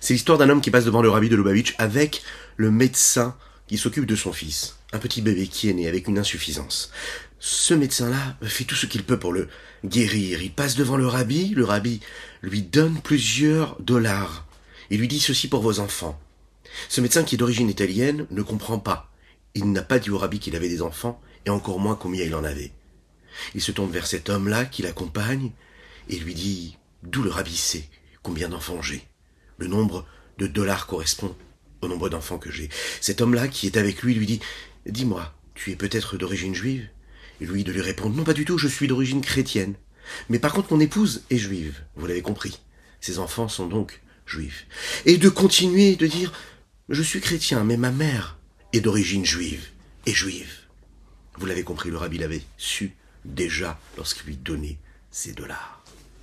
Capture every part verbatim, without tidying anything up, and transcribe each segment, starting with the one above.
C'est l'histoire d'un homme qui passe devant le rabbi de Lubavitch avec le médecin qui s'occupe de son fils. Un petit bébé qui est né avec une insuffisance. Ce médecin-là fait tout ce qu'il peut pour le guérir. Il passe devant le rabbi, le rabbi lui donne plusieurs dollars. Il lui dit ceci pour vos enfants. Ce médecin qui est d'origine italienne ne comprend pas. Il n'a pas dit au rabbi qu'il avait des enfants, et encore moins combien il en avait. Il se tourne vers cet homme-là qui l'accompagne, et lui dit d'où le rabbi sait combien d'enfants j'ai. Le nombre de dollars correspond au nombre d'enfants que j'ai. Cet homme-là qui est avec lui lui dit « Dis-moi, tu es peut-être d'origine juive ?» Et lui de lui répondre « Non, pas du tout, je suis d'origine chrétienne. Mais par contre, mon épouse est juive. » Vous l'avez compris. Ses enfants sont donc juifs. Et de continuer de dire « Je suis chrétien, mais ma mère est d'origine juive et juive. » Vous l'avez compris, le rabbi l'avait su déjà lorsqu'il lui donnait ses dollars.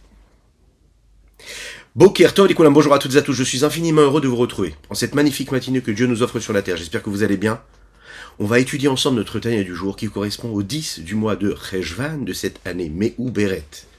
Boker Tov, bonjour à toutes et à tous, je suis infiniment heureux de vous retrouver en cette magnifique matinée que Dieu nous offre sur la terre. J'espère que vous allez bien. On va étudier ensemble notre Tanya du jour qui correspond au dix du mois de Cheshvan de cette année Méhou Béret.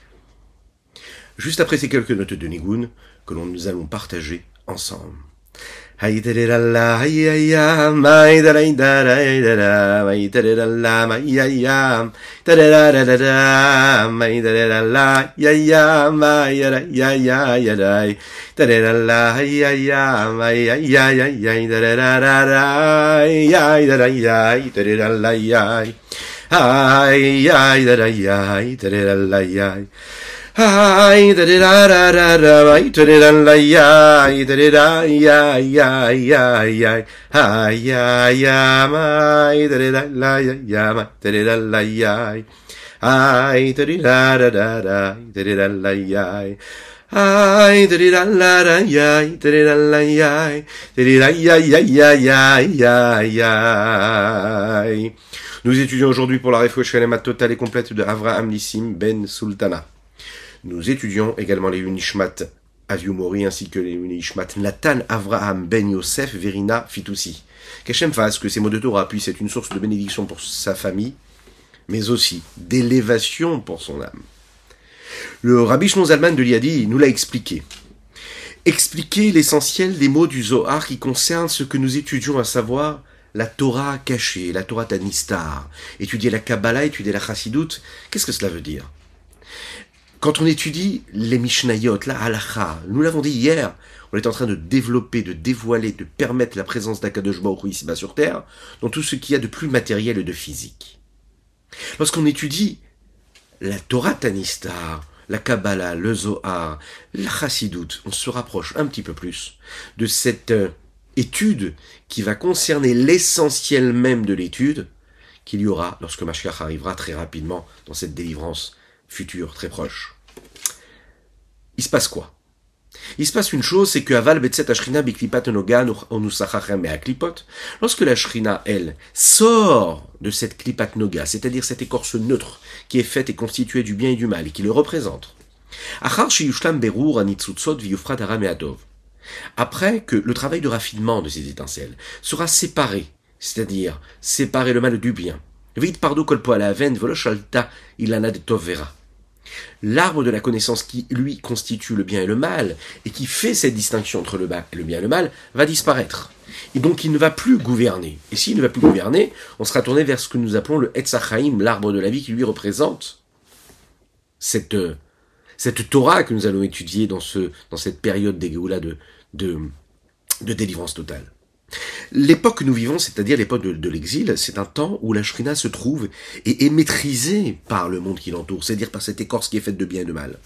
Juste après ces quelques notes de Nigun que nous allons partager ensemble. Hay tereralla hay ayam may daray daray dara may tereralla may ayam tereralla may tereralla ayam may ayay tereralla hay ayam may ayay tereralla ayay daray tereralla ayay ayay daray tereralla ayay Ay, da da da da da, ay, da da da ya, da da ya ya ya ya, ay ya ya, ay, da da la ya ya, da da la ya, ay, da da da da da, da da la ya, ay, da da la da ya, da da la ya, da da ya ya ya ya ya ya. Nous étudions aujourd'hui pour la réfouche shalema totale et complète de Avraham Nissim Ben Sultana. Nous étudions également les Unishmat Aviumori ainsi que les Unishmat Nathan Avraham Ben Yosef Verina Fitoussi. Qu'Hachem fasse que ces mots de Torah puissent être une source de bénédiction pour sa famille, mais aussi d'élévation pour son âme. Le Rabbi Shimon Zalman de Liadi nous l'a expliqué. Expliquer l'essentiel des mots du Zohar qui concernent ce que nous étudions, à savoir la Torah cachée, la Torah Tanistar. Étudier la Kabbalah, étudier la Chassidut, qu'est-ce que cela veut dire ? Quand on étudie les Mishnayot, la Halacha, nous l'avons dit hier, on est en train de développer, de dévoiler, de permettre la présence d'Akadosh Baruch Hu ici-bas sur Terre, dans tout ce qu'il y a de plus matériel et de physique. Lorsqu'on étudie la Torah Tanistar, la Kabbalah, le Zohar, la Chassidut, on se rapproche un petit peu plus de cette euh, étude qui va concerner l'essentiel même de l'étude qu'il y aura lorsque Mashiach arrivera très rapidement dans cette délivrance futur, très proche. Il se passe quoi? Il se passe une chose, c'est que Aval Betset Ashrina Biklipat Noga Onusachachem et Aklipot, lorsque la Shrina, elle, sort de cette Klipat Noga, c'est-à-dire cette écorce neutre qui est faite et constituée du bien et du mal, et qui le représente, Achar Shiyushlam Berur Anitzutzot Viyufrat Aram et Adov, après que le travail de raffinement de ces étincelles sera séparé, c'est-à-dire séparer le mal du bien, Vite pardo kolpo à la veine, voloshalta ilana de tovera. L'arbre de la connaissance qui, lui, constitue le bien et le mal, et qui fait cette distinction entre le, le bien et le mal, va disparaître. Et donc il ne va plus gouverner. Et s'il ne va plus gouverner, on sera tourné vers ce que nous appelons le Etzachaim, l'arbre de la vie, qui lui représente cette, cette Torah que nous allons étudier dans, ce, dans cette période des Géoula de, de, de délivrance totale. L'époque que nous vivons, c'est-à-dire l'époque de, de l'exil, c'est un temps où la Shrina se trouve et est maîtrisée par le monde qui l'entoure, c'est-à-dire par cette écorce qui est faite de bien et de mal.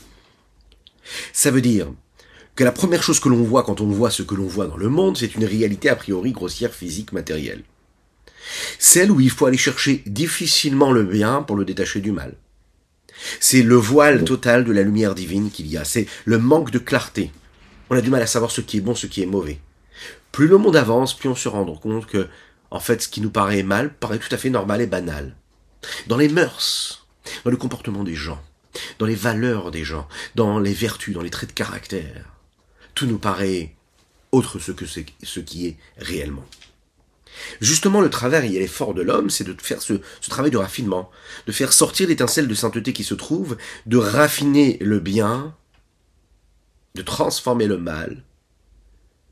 Ça veut dire que la première chose que l'on voit quand on voit ce que l'on voit dans le monde, c'est une réalité a priori grossière, physique, matérielle. Celle où il faut aller chercher difficilement le bien pour le détacher du mal. C'est le voile total de la lumière divine qu'il y a, c'est le manque de clarté. On a du mal à savoir ce qui est bon, ce qui est mauvais. Plus le monde avance, plus on se rend compte que, en fait, ce qui nous paraît mal paraît tout à fait normal et banal. Dans les mœurs, dans le comportement des gens, dans les valeurs des gens, dans les vertus, dans les traits de caractère, tout nous paraît autre ce que c'est, ce qui est réellement. Justement, le travail et l'effort de l'homme, c'est de faire ce, ce travail de raffinement, de faire sortir l'étincelle de sainteté qui se trouve, de raffiner le bien, de transformer le mal,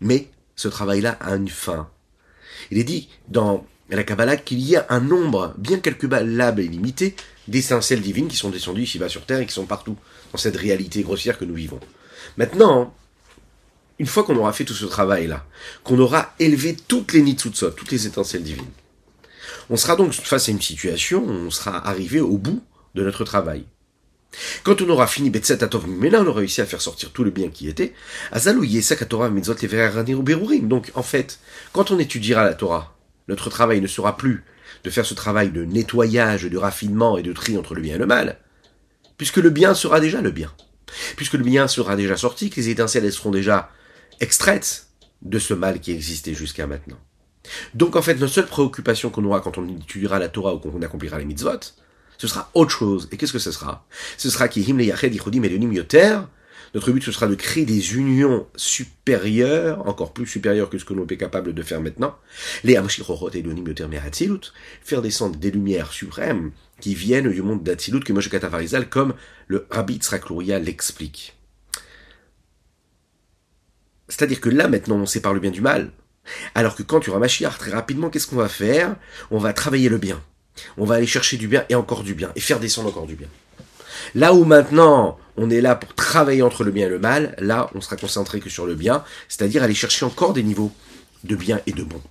Mais ce travail-là a une fin. Il est dit dans la Kabbalah qu'il y a un nombre bien calculable et limité d'étincelles divines qui sont descendues ici-bas sur Terre et qui sont partout dans cette réalité grossière que nous vivons. Maintenant, une fois qu'on aura fait tout ce travail-là, qu'on aura élevé toutes les nitzutzot, toutes les étincelles divines, on sera donc face à une situation où on sera arrivé au bout de notre travail. Quand on aura fini Betset Atov Mimena, on aura réussi à faire sortir tout le bien qui était. Azalou Yesak Torah Mitzvot Leveraraniru Berurim. Donc, en fait, quand on étudiera la Torah, notre travail ne sera plus de faire ce travail de nettoyage, de raffinement et de tri entre le bien et le mal, puisque le bien sera déjà le bien. Puisque le bien sera déjà sorti, que les étincelles elles seront déjà extraites de ce mal qui existait jusqu'à maintenant. Donc, en fait, notre seule préoccupation qu'on aura quand on étudiera la Torah ou qu'on accomplira les mitzvot, ce sera autre chose. Et qu'est-ce que ce sera? Ce sera Kihim le Yached Yichodim Elonim Yoter. Notre but, ce sera de créer des unions supérieures, encore plus supérieures que ce que l'on est capable de faire maintenant. Les Amshichorot Elonim Yoter Mehatzilut. Faire descendre des lumières suprêmes qui viennent du monde d'Atzilut, que Moshe Katafarizal, comme le Rabbi Tzrak Luria l'explique. C'est-à-dire que là, maintenant, on sépare le bien du mal. Alors que quand tu auras Mashiach, très rapidement, qu'est-ce qu'on va faire? On va travailler le bien. On va aller chercher du bien et encore du bien, et faire descendre encore du bien. Là où maintenant, on est là pour travailler entre le bien et le mal, là, on sera concentré que sur le bien, c'est-à-dire aller chercher encore des niveaux de bien et de bon.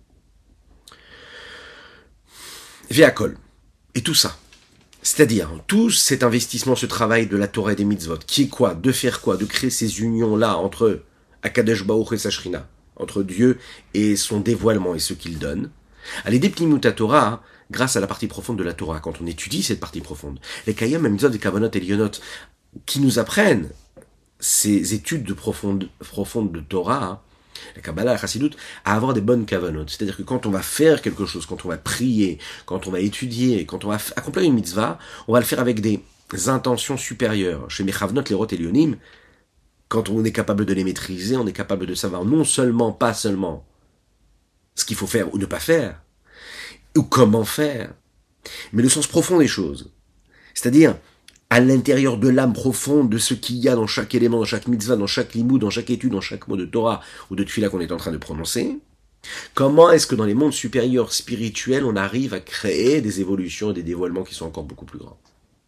Véacol. Et tout ça. C'est-à-dire, tout cet investissement, ce travail de la Torah et des mitzvot, qui est quoi? De faire quoi? De créer ces unions-là entre Akadosh Baruch et sa Shrina, entre Dieu et son dévoilement et ce qu'il donne. Allez, des Pnimut Torah, grâce à la partie profonde de la Torah, quand on étudie cette partie profonde, les Kayam, Mitzvot, les Kavanot et Lionot, qui nous apprennent ces études de profonde, profonde de Torah, la Kabbalah, la Chassidut, à avoir des bonnes Kavanot. C'est-à-dire que quand on va faire quelque chose, quand on va prier, quand on va étudier, quand on va accomplir une mitzvah, on va le faire avec des intentions supérieures. Chez Mechavnot, les Rot et Lionim, quand on est capable de les maîtriser, on est capable de savoir non seulement, pas seulement, ce qu'il faut faire ou ne pas faire, ou comment faire, mais le sens profond des choses. C'est-à-dire, à l'intérieur de l'âme profonde de ce qu'il y a dans chaque élément, dans chaque mitzvah, dans chaque limud, dans chaque étude, dans chaque mot de Torah ou de tefila qu'on est en train de prononcer, comment est-ce que dans les mondes supérieurs spirituels, on arrive à créer des évolutions et des dévoilements qui sont encore beaucoup plus grands.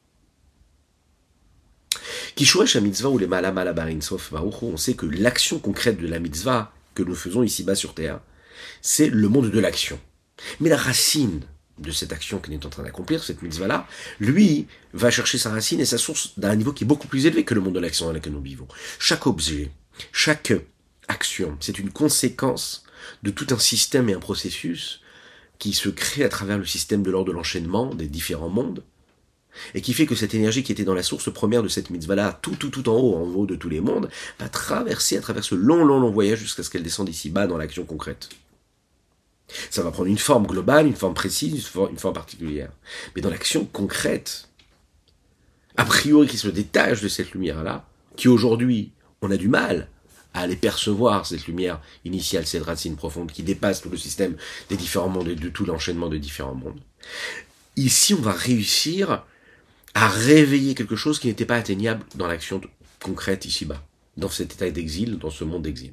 Kishuresh ha mitzvah ou les malam alabarin sof baruchu, on sait que l'action concrète de la mitzvah que nous faisons ici-bas sur terre, c'est le monde de l'action. Mais la racine de cette action qu'il est en train d'accomplir, cette mitzvah-là, lui, va chercher sa racine et sa source d'un niveau qui est beaucoup plus élevé que le monde de l'action dans lequel nous vivons. Chaque objet, chaque action, c'est une conséquence de tout un système et un processus qui se crée à travers le système de l'ordre de l'enchaînement des différents mondes, et qui fait que cette énergie qui était dans la source première de cette mitzvah-là, tout, tout, tout en haut, en haut de tous les mondes, va traverser à travers ce long, long, long voyage jusqu'à ce qu'elle descende ici-bas dans l'action concrète. Ça va prendre une forme globale, une forme précise, une forme, une forme particulière. Mais dans l'action concrète, a priori qui se détache de cette lumière-là, qui aujourd'hui, on a du mal à aller percevoir cette lumière initiale, cette racine profonde qui dépasse tout le système des différents mondes et de tout l'enchaînement des différents mondes. Ici, on va réussir à réveiller quelque chose qui n'était pas atteignable dans l'action concrète ici-bas, dans cet état d'exil, dans ce monde d'exil.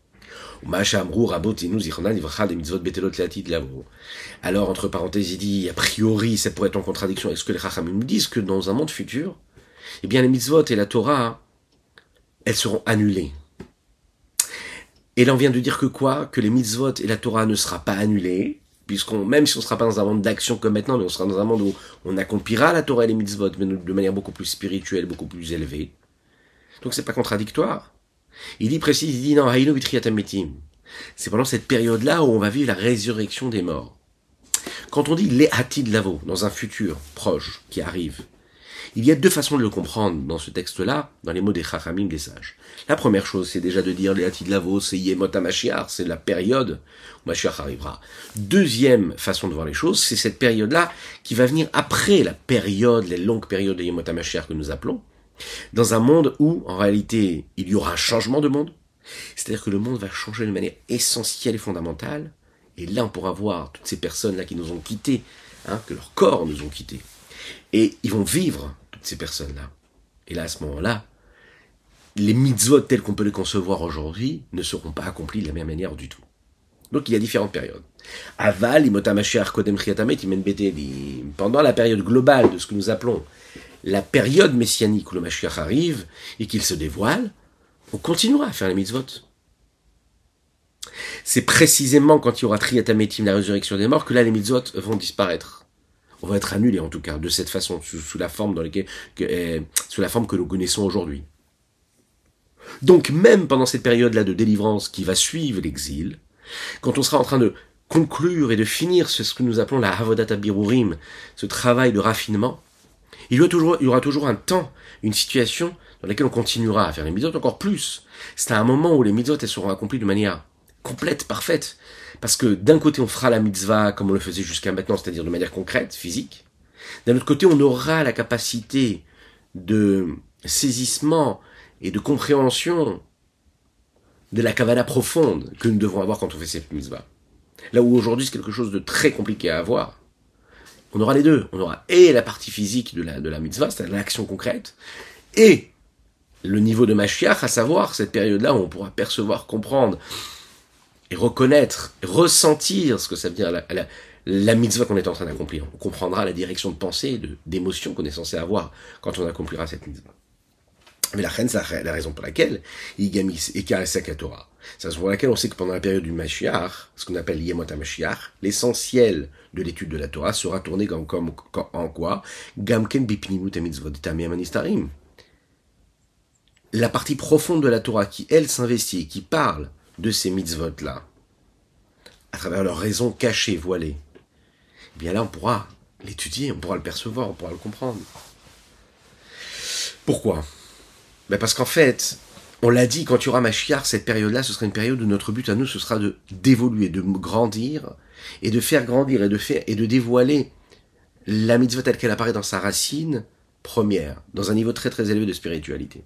Alors, entre parenthèses, il dit, a priori, ça pourrait être en contradiction avec ce que les Chachamim nous disent, que dans un monde futur, eh bien, les mitzvot et la Torah, elles seront annulées. Et là, on vient de dire que quoi? Que les mitzvot et la Torah ne sera pas annulées, puisqu'on, même si on ne sera pas dans un monde d'action comme maintenant, mais on sera dans un monde où on accomplira la Torah et les mitzvot, mais de manière beaucoup plus spirituelle, beaucoup plus élevée. Donc, c'est pas contradictoire. Il dit précis, il dit non, Haïno Vitriatamitim. C'est pendant cette période-là où on va vivre la résurrection des morts. Quand on dit les Hatid Lavo, dans un futur proche qui arrive, il y a deux façons de le comprendre dans ce texte-là, dans les mots des Chachamim, des sages. La première chose, c'est déjà de dire les Hatid Lavo, c'est Yemot HaMashiach, c'est la période où Mashiach arrivera. Deuxième façon de voir les choses, c'est cette période-là qui va venir après la période, les longues périodes de Yemot HaMashiach que nous appelons, dans un monde où, en réalité, il y aura un changement de monde. C'est-à-dire que le monde va changer de manière essentielle et fondamentale. Et là, on pourra voir toutes ces personnes-là qui nous ont quittés, hein, que leurs corps nous ont quittés. Et ils vont vivre, toutes ces personnes-là. Et là, à ce moment-là, les mitzvot tels qu'on peut les concevoir aujourd'hui ne seront pas accomplis de la même manière du tout. Donc il y a différentes périodes. Aval, imota Mashiach kodem chiatamet imen beteli. Pendant la période globale de ce que nous appelons la période messianique où le Mashiach arrive et qu'il se dévoile, on continuera à faire les mitzvot. C'est précisément quand il y aura triatametim, la résurrection des morts, que là les mitzvot vont disparaître. On va être annulés en tout cas, de cette façon, sous, sous la forme dans laquelle, que, euh, sous la forme que nous connaissons aujourd'hui. Donc même pendant cette période-là de délivrance qui va suivre l'exil, quand on sera en train de conclure et de finir ce, ce que nous appelons la Avodat Birurim, ce travail de raffinement, il y, aura toujours, il y aura toujours un temps, une situation dans laquelle on continuera à faire les mitzvot encore plus. C'est à un moment où les mitzvot elles seront accomplies de manière complète, parfaite, parce que d'un côté on fera la mitzvah comme on le faisait jusqu'à maintenant, c'est-à-dire de manière concrète, physique. D'un autre côté on aura la capacité de saisissement et de compréhension de la kavala profonde que nous devons avoir quand on fait cette mitzvah. Là où aujourd'hui c'est quelque chose de très compliqué à avoir, on aura les deux. On aura et la partie physique de la, de la mitzvah, c'est-à-dire l'action concrète, et le niveau de Mashiach, à savoir cette période-là où on pourra percevoir, comprendre, et reconnaître, et ressentir ce que ça veut dire la, la, la mitzvah qu'on est en train d'accomplir. On comprendra la direction de pensée, de, d'émotion qu'on est censé avoir quand on accomplira cette mitzvah. Mais la reine, c'est la raison pour laquelle il gamis et Karasek Torah. C'est la raison pour laquelle on sait que pendant la période du Mashiach, ce qu'on appelle Yemot HaMashiach, l'essentiel de l'étude de la Torah sera tourné comme, comme, comme en quoi Gamken bipnimut mitzvot tamim anistarim. La partie profonde de la Torah qui, elle, s'investit et qui parle de ces mitzvot-là, à travers leurs raisons cachées, voilées, eh bien là, on pourra l'étudier, on pourra le percevoir, on pourra le comprendre. Pourquoi ? Ben parce qu'en fait, on l'a dit, quand il y aura Mashiach, cette période-là, ce sera une période où notre but à nous, ce sera de d'évoluer, de grandir, et de faire grandir, et de faire et de dévoiler la mitzvah telle qu'elle apparaît dans sa racine première, dans un niveau très très élevé de spiritualité.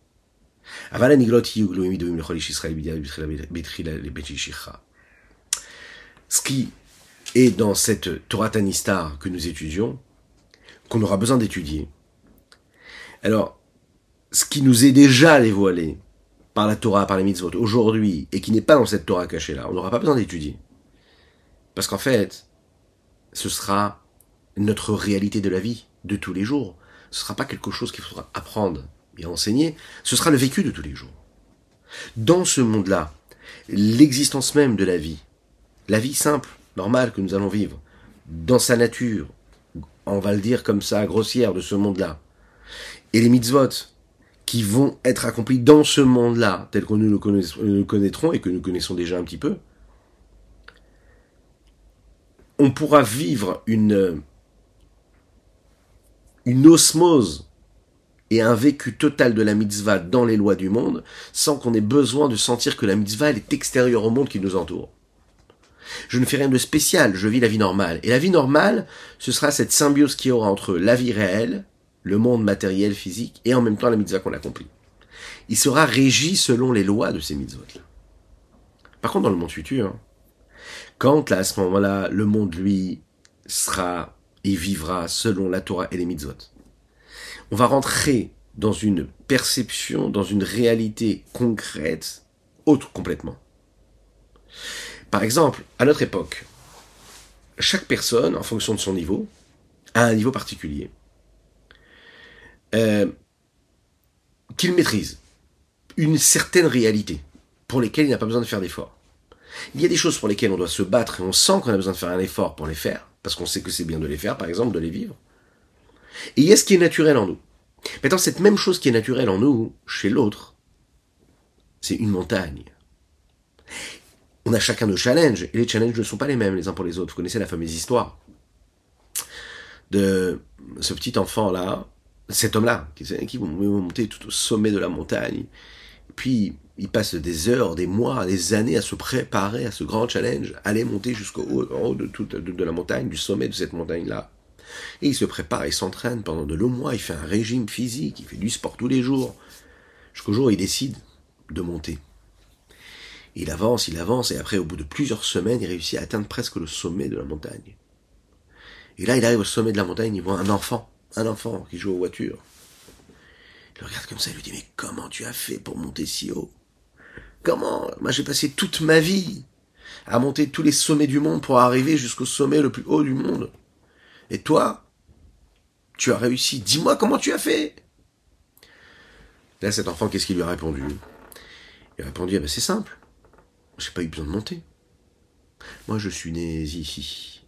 Ce qui est dans cette Torah Tanistar que nous étudions, qu'on aura besoin d'étudier. Alors, ce qui nous est déjà dévoilé par la Torah, par les mitzvot, aujourd'hui, et qui n'est pas dans cette Torah cachée-là, on n'aura pas besoin d'étudier. Parce qu'en fait, ce sera notre réalité de la vie, de tous les jours. Ce ne sera pas quelque chose qu'il faudra apprendre et enseigner, ce sera le vécu de tous les jours. Dans ce monde-là, l'existence même de la vie, la vie simple, normale que nous allons vivre, dans sa nature, on va le dire comme ça, grossière de ce monde-là, et les mitzvot, qui vont être accomplis dans ce monde-là, tel que nous le, connaissons, le connaîtrons et que nous connaissons déjà un petit peu, on pourra vivre une, une osmose et un vécu total de la mitzvah dans les lois du monde, sans qu'on ait besoin de sentir que la mitzvah elle est extérieure au monde qui nous entoure. Je ne fais rien de spécial, je vis la vie normale. Et la vie normale, ce sera cette symbiose qu'il y aura entre la vie réelle, le monde matériel, physique, et en même temps la mitzvah qu'on accomplit. Il sera régi selon les lois de ces mitzvot-là. Par contre, dans le monde futur, quand là, à ce moment-là, le monde, lui, sera et vivra selon la Torah et les mitzvot, on va rentrer dans une perception, dans une réalité concrète, autre complètement. Par exemple, à notre époque, chaque personne, en fonction de son niveau, a un niveau particulier. Euh, qu'il maîtrise une certaine réalité pour lesquelles il n'a pas besoin de faire d'efforts. Il y a des choses pour lesquelles on doit se battre et on sent qu'on a besoin de faire un effort pour les faire, parce qu'on sait que c'est bien de les faire, par exemple, de les vivre. Et il y a ce qui est naturel en nous. Maintenant, cette même chose qui est naturelle en nous, chez l'autre, c'est une montagne. On a chacun nos challenges, et les challenges ne sont pas les mêmes les uns pour les autres. Vous connaissez la fameuse histoire de ce petit enfant-là, cet homme-là, qui, qui va monter tout au sommet de la montagne, puis il passe des heures, des mois, des années à se préparer à ce grand challenge, aller monter jusqu'au haut, en haut de, toute, de, de la montagne, du sommet de cette montagne-là. Et il se prépare, il s'entraîne pendant de longs mois, il fait un régime physique, il fait du sport tous les jours, jusqu'au jour où il décide de monter. Il avance, il avance, et après, au bout de plusieurs semaines, il réussit à atteindre presque le sommet de la montagne. Et là, il arrive au sommet de la montagne, il voit un enfant, un enfant qui joue aux voitures. Il le regarde comme ça, il lui dit, mais comment tu as fait pour monter si haut? Comment? Moi, j'ai passé toute ma vie à monter tous les sommets du monde pour arriver jusqu'au sommet le plus haut du monde. Et toi, tu as réussi. Dis-moi comment tu as fait. Là, cet enfant, qu'est-ce qu'il lui a répondu? Il a répondu, ah ben c'est simple. J'ai pas eu besoin de monter. Moi, je suis né ici.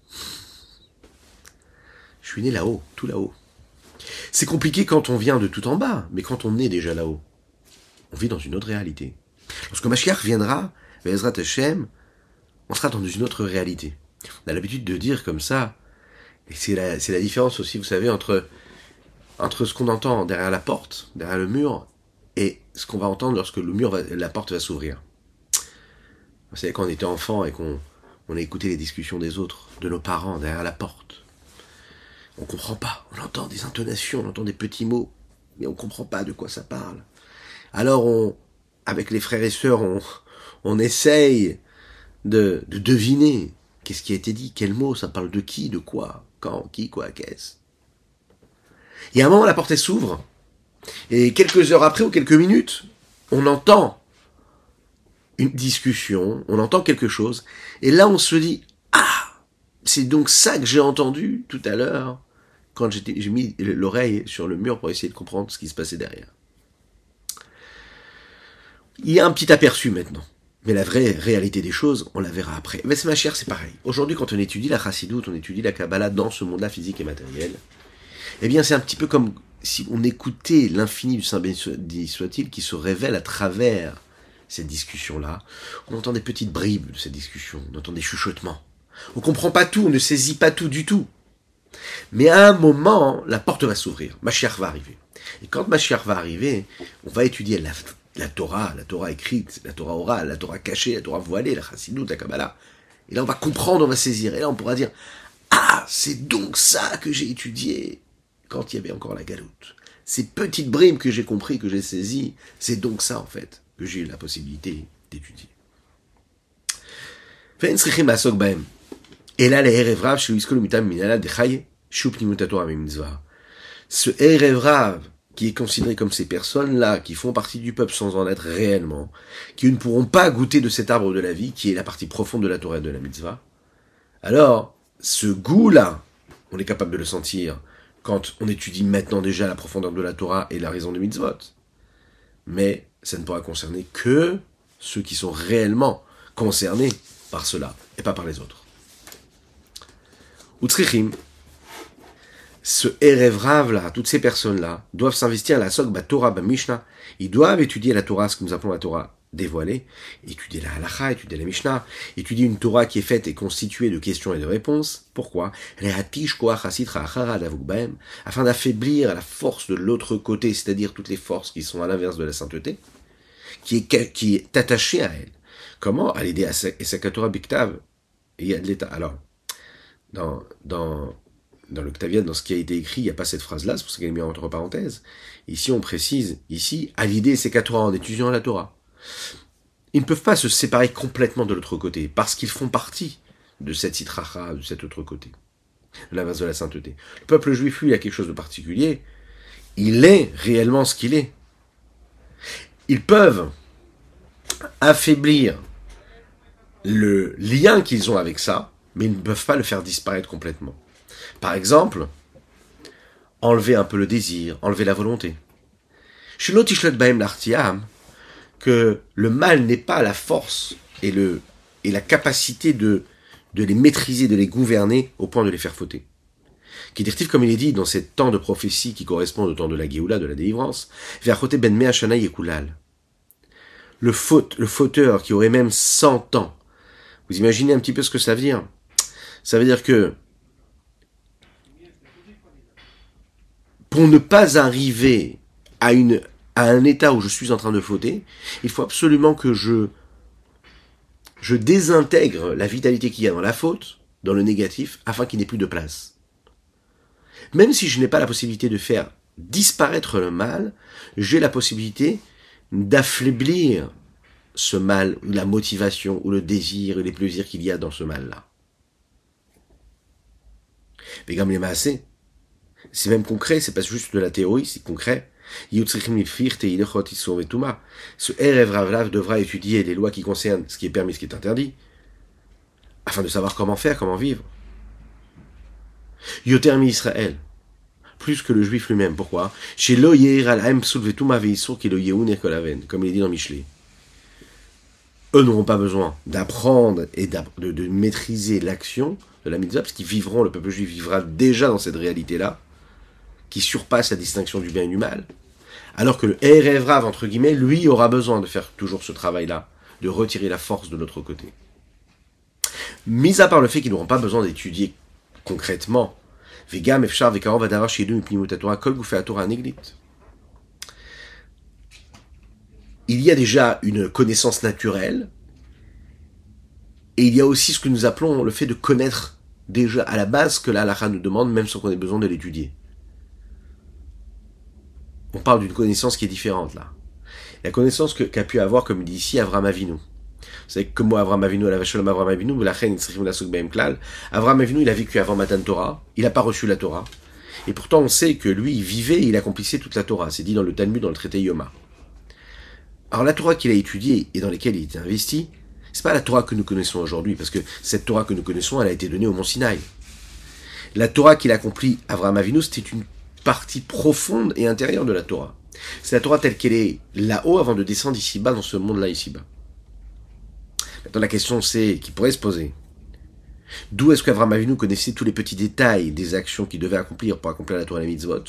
Je suis né là-haut, tout là-haut. C'est compliqué quand on vient de tout en bas, mais quand on est déjà là-haut, on vit dans une autre réalité. Lorsque Mashiach viendra, Be'ezrat Hashem, on sera dans une autre réalité. On a l'habitude de dire comme ça, et c'est la, c'est la différence aussi, vous savez, entre, entre ce qu'on entend derrière la porte, derrière le mur, et ce qu'on va entendre lorsque le mur va, la porte va s'ouvrir. Vous savez, quand on était enfant et qu'on on a écouté les discussions des autres, de nos parents, derrière la porte, on comprend pas, on entend des intonations, on entend des petits mots, mais on comprend pas de quoi ça parle. Alors on, avec les frères et sœurs, on, on essaye de, de deviner qu'est-ce qui a été dit, quel mot, ça parle de qui, de quoi, quand, qui, quoi, qu'est-ce. Et à un moment, la porte elle s'ouvre, et quelques heures après ou quelques minutes, on entend une discussion, on entend quelque chose, et là on se dit, ah, c'est donc ça que j'ai entendu tout à l'heure, quand j'étais, j'ai mis l'oreille sur le mur pour essayer de comprendre ce qui se passait derrière. Il y a un petit aperçu maintenant, mais la vraie réalité des choses, on la verra après. Mais c'est ma chère, c'est pareil. Aujourd'hui, quand on étudie la chassidoute, on étudie la Kabbalah dans ce monde-là physique et matériel, eh bien c'est un petit peu comme si on écoutait l'infini du Saint béni soit-il qui se révèle à travers cette discussion-là. On entend des petites bribes de cette discussion, on entend des chuchotements. On comprend pas tout, on ne saisit pas tout du tout. Mais à un moment, la porte va s'ouvrir, Mashiach va arriver. Et quand Mashiach va arriver, on va étudier la, la Torah, la Torah écrite, la Torah orale, la Torah cachée, la Torah voilée, la chassidoute, la Kabbalah. Et là on va comprendre, on va saisir, et là on pourra dire, ah, c'est donc ça que j'ai étudié quand il y avait encore la galoute. Ces petites bribes que j'ai compris, que j'ai saisies, c'est donc ça en fait que j'ai eu la possibilité d'étudier. Et là, les Erev Rav, chez Luisko Lumitam Minala de Chaye, Shup Nimutator Amimzva. Ce Erev Rav, qui est considéré comme ces personnes-là, qui font partie du peuple sans en être réellement, qui ne pourront pas goûter de cet arbre de la vie, qui est la partie profonde de la Torah et de la Mitzvah, alors, ce goût-là, on est capable de le sentir quand on étudie maintenant déjà la profondeur de la Torah et la raison des Mitzvot. Mais ça ne pourra concerner que ceux qui sont réellement concernés par cela, et pas par les autres. Utsrichim, ce Erev Rav là, toutes ces personnes-là, doivent s'investir à la Sok ba Torah ba Mishnah. Ils doivent étudier la Torah, ce que nous appelons la Torah dévoilée, étudier la Halacha, étudier la Mishnah, étudier une Torah qui est faite et constituée de questions et de réponses. Pourquoi? Afin d'affaiblir la force de l'autre côté, c'est-à-dire toutes les forces qui sont à l'inverse de la sainteté, qui est, qui est attachée à elle. Comment? À l'aider à sa Torah Biktav et à de l'état. Alors, dans, dans, dans le Ktaviat, dans ce qui a été écrit, il n'y a pas cette phrase-là, c'est pour ça qu'elle est mise entre parenthèses. Ici, on précise, ici, à l'idée c'est qu'à Torah, en étudiant la Torah. Ils ne peuvent pas se séparer complètement de l'autre côté, parce qu'ils font partie de cette sitracha, de cet autre côté, de la base de la sainteté. Le peuple juif, lui, il a quelque chose de particulier. Il est réellement ce qu'il est. Ils peuvent affaiblir le lien qu'ils ont avec ça, mais ils ne peuvent pas le faire disparaître complètement. Par exemple, enlever un peu le désir, enlever la volonté. Chez l'Otishlot Baem Lartiam, que le mal n'est pas la force et, le, et la capacité de, de les maîtriser, de les gouverner au point de les faire fauter. Qui dit, comme il est dit dans ces temps de prophétie qui correspondent au temps de la Géoula, de la délivrance, vers côté Ben Mea Shana Yekulal. Le faute, le fauteur qui aurait même cent ans. Vous imaginez un petit peu ce que ça veut dire? Ça veut dire que pour ne pas arriver à, une, à un état où je suis en train de fauter, il faut absolument que je, je désintègre la vitalité qu'il y a dans la faute, dans le négatif, afin qu'il n'ait plus de place. Même si je n'ai pas la possibilité de faire disparaître le mal, j'ai la possibilité d'affaiblir ce mal, ou la motivation, ou le désir, ou les plaisirs qu'il y a dans ce mal-là. Mais comme les maasés, c'est même concret, c'est pas juste de la théorie, c'est concret. Ce Erev Rav devra étudier les lois qui concernent ce qui est permis, ce qui est interdit, afin de savoir comment faire, comment vivre. Yoter mi Israël, plus que le juif lui-même. Pourquoi? Comme il est dit dans Michelet. Eux n'auront pas besoin d'apprendre et de, de maîtriser l'action de la mitzvah, parce qu'ils vivront, le peuple juif vivra déjà dans cette réalité-là, qui surpasse la distinction du bien et du mal, alors que le Erev Rav, entre guillemets, lui aura besoin de faire toujours ce travail-là, de retirer la force de l'autre côté. Mis à part le fait qu'ils n'auront pas besoin d'étudier concrètement, Vegam Efshar Vekarov Adavar Sheidu Mipnimut HaTorah Kol Gufei HaTorah Niglit. Il y a déjà une connaissance naturelle, et il y a aussi ce que nous appelons le fait de connaître déjà à la base que la halakha nous demande, même sans qu'on ait besoin de l'étudier. On parle d'une connaissance qui est différente là. La connaissance que, qu'a pu avoir, comme il dit ici, Avraham Avinu. Vous savez que moi, Avraham Avinu, la Vacholom Avraham Avinu, la Chen Yitzchim la Sukbaim Klal, Avraham Avinu, il a vécu avant Matan Torah, il n'a pas reçu la Torah. Et pourtant, on sait que lui, il vivait et il accomplissait toute la Torah. C'est dit dans le Talmud, dans le traité Yoma. Alors la Torah qu'il a étudiée et dans laquelle il était investi, c'est pas la Torah que nous connaissons aujourd'hui, parce que cette Torah que nous connaissons, elle a été donnée au Mont Sinaï. La Torah qu'il a accomplie, Avraham Avinu, c'était une partie profonde et intérieure de la Torah. C'est la Torah telle qu'elle est là-haut avant de descendre ici-bas, dans ce monde-là ici-bas. Maintenant la question c'est, qui pourrait se poser, d'où est-ce qu'Avraham Avinu connaissait tous les petits détails des actions qu'il devait accomplir pour accomplir la Torah et la mitzvot?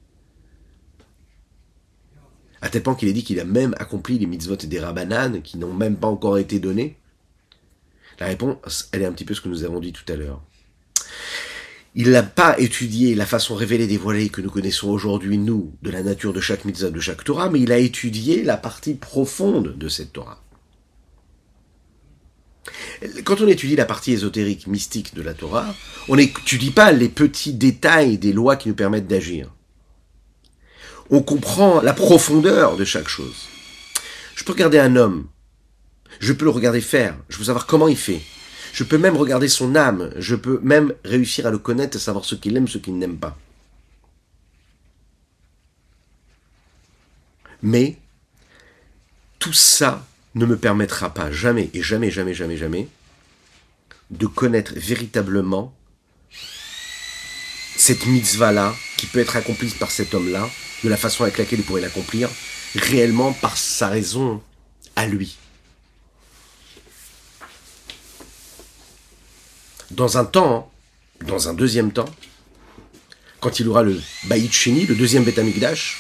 À tel point qu'il est dit qu'il a même accompli les mitzvot des Rabbanan qui n'ont même pas encore été donnés. La réponse, elle est un petit peu ce que nous avons dit tout à l'heure. Il n'a pas étudié la façon révélée, dévoilée que nous connaissons aujourd'hui, nous, de la nature de chaque mitzvah, de chaque Torah, mais il a étudié la partie profonde de cette Torah. Quand on étudie la partie ésotérique, mystique de la Torah, on n'étudie pas les petits détails des lois qui nous permettent d'agir. On comprend la profondeur de chaque chose. Je peux regarder un homme, je peux le regarder faire, je peux savoir comment il fait. Je peux même regarder son âme, je peux même réussir à le connaître, à savoir ce qu'il aime, ce qu'il n'aime pas. Mais, tout ça ne me permettra pas jamais, et jamais, jamais, jamais, jamais, de connaître véritablement cette mitzvah-là, qui peut être accomplie par cet homme-là, de la façon avec laquelle il pourrait l'accomplir, réellement par sa raison à lui. Dans un temps, dans un deuxième temps, quand il aura le Bayit Sheni, le deuxième Beth Amikdash,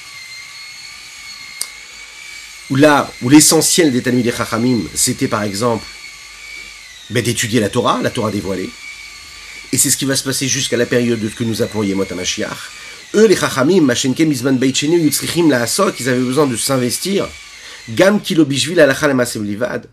où là, où l'essentiel des Talmidei Chachamim, c'était par exemple ben, d'étudier la Torah, la Torah dévoilée, et c'est ce qui va se passer jusqu'à la période de ce que nous appelons Yemot HaMashiach. Eux, les Chachamim, Machenken Mizman Bayit Sheni, Yutzrichim la Asok, ils avaient besoin de s'investir, Gam Kilo Bishvil Alachal Emaaseh Belivad,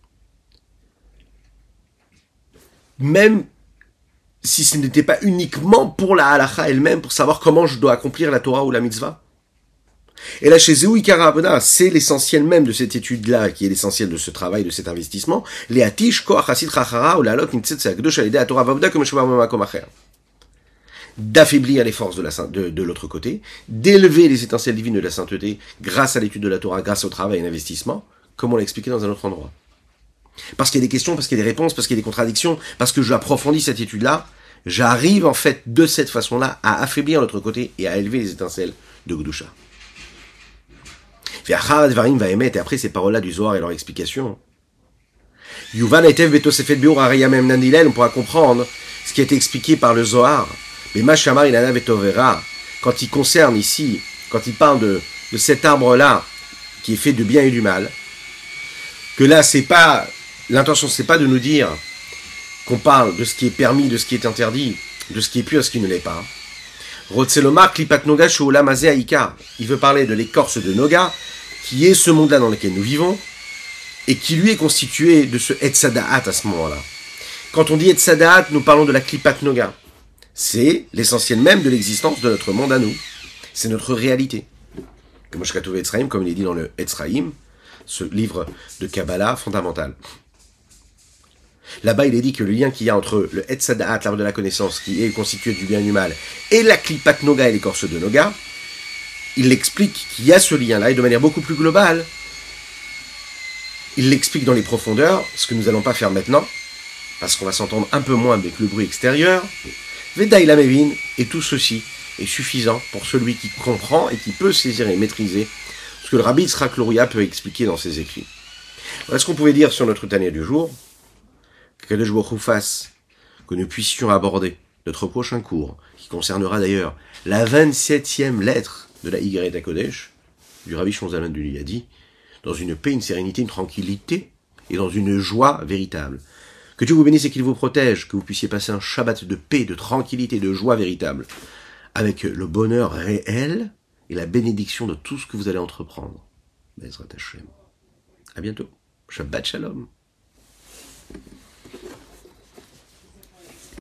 même si ce n'était pas uniquement pour la halakha elle-même, pour savoir comment je dois accomplir la Torah ou la mitzvah. Et là, chez Zéou Ikara Abona, c'est l'essentiel même de cette étude-là, qui est l'essentiel de ce travail, de cet investissement, les Atish, Koach, Hasid, Chachara, ou la Lot, Nitzet, Seakdosh, Alidé, Torah, Vavda, comme Shema, Mamakom, Acher. D'affaiblir les forces de, la, de, de l'autre côté, d'élever les étincelles divines de la sainteté grâce à l'étude de la Torah, grâce au travail et l'investissement, comme on l'a expliqué dans un autre endroit. Parce qu'il y a des questions, parce qu'il y a des réponses, parce qu'il y a des contradictions, parce que j'approfondis cette étude-là, j'arrive en fait de cette façon-là à affaiblir l'autre côté et à élever les étincelles de Gdusha. Et après ces paroles-là du Zohar et leur explication, on pourra comprendre ce qui a été expliqué par le Zohar, quand il concerne ici, quand il parle de, de cet arbre-là qui est fait de bien et du mal, que là c'est pas l'intention, c'est pas de nous dire qu'on parle de ce qui est permis, de ce qui est interdit, de ce qui est pur, de ce qui ne l'est pas. Rotselomar klipat noga shuolam hazeh haikar. Il veut parler de l'écorce de Noga, qui est ce monde-là dans lequel nous vivons, et qui lui est constitué de ce Etzadaat à ce moment-là. Quand on dit Etzadaat, nous parlons de la klipat noga. C'est l'essentiel même de l'existence de notre monde à nous. C'est notre réalité. Comme Shkatouv Etzraim, comme il est dit dans le Etzraim, ce livre de Kabbalah fondamental. Là-bas, il est dit que le lien qu'il y a entre le Etzadaat, l'arbre de la connaissance, qui est constitué du bien et du mal, et la Klipat Noga et l'écorce de Noga, il explique qu'il y a ce lien-là, et de manière beaucoup plus globale. Il l'explique dans les profondeurs, ce que nous n'allons pas faire maintenant, parce qu'on va s'entendre un peu moins avec le bruit extérieur. Vedaïla Mevin, et tout ceci est suffisant pour celui qui comprend et qui peut saisir et maîtriser ce que le Rabbi Yitzhak Luria peut expliquer dans ses écrits. Voilà ce qu'on pouvait dire sur notre Tania du jour. Que Kadosh Baruch Hu fasse que nous puissions aborder notre prochain cours, qui concernera d'ailleurs la vingt-septième lettre de la Igeret HaKodesh, du Rabbi Shimon Zalman du Liadi, dans une paix, une sérénité, une tranquillité, et dans une joie véritable. Que Dieu vous bénisse et qu'il vous protège, que vous puissiez passer un Shabbat de paix, de tranquillité, de joie véritable, avec le bonheur réel et la bénédiction de tout ce que vous allez entreprendre. Bezrat Hashem. À bientôt. Shabbat Shalom.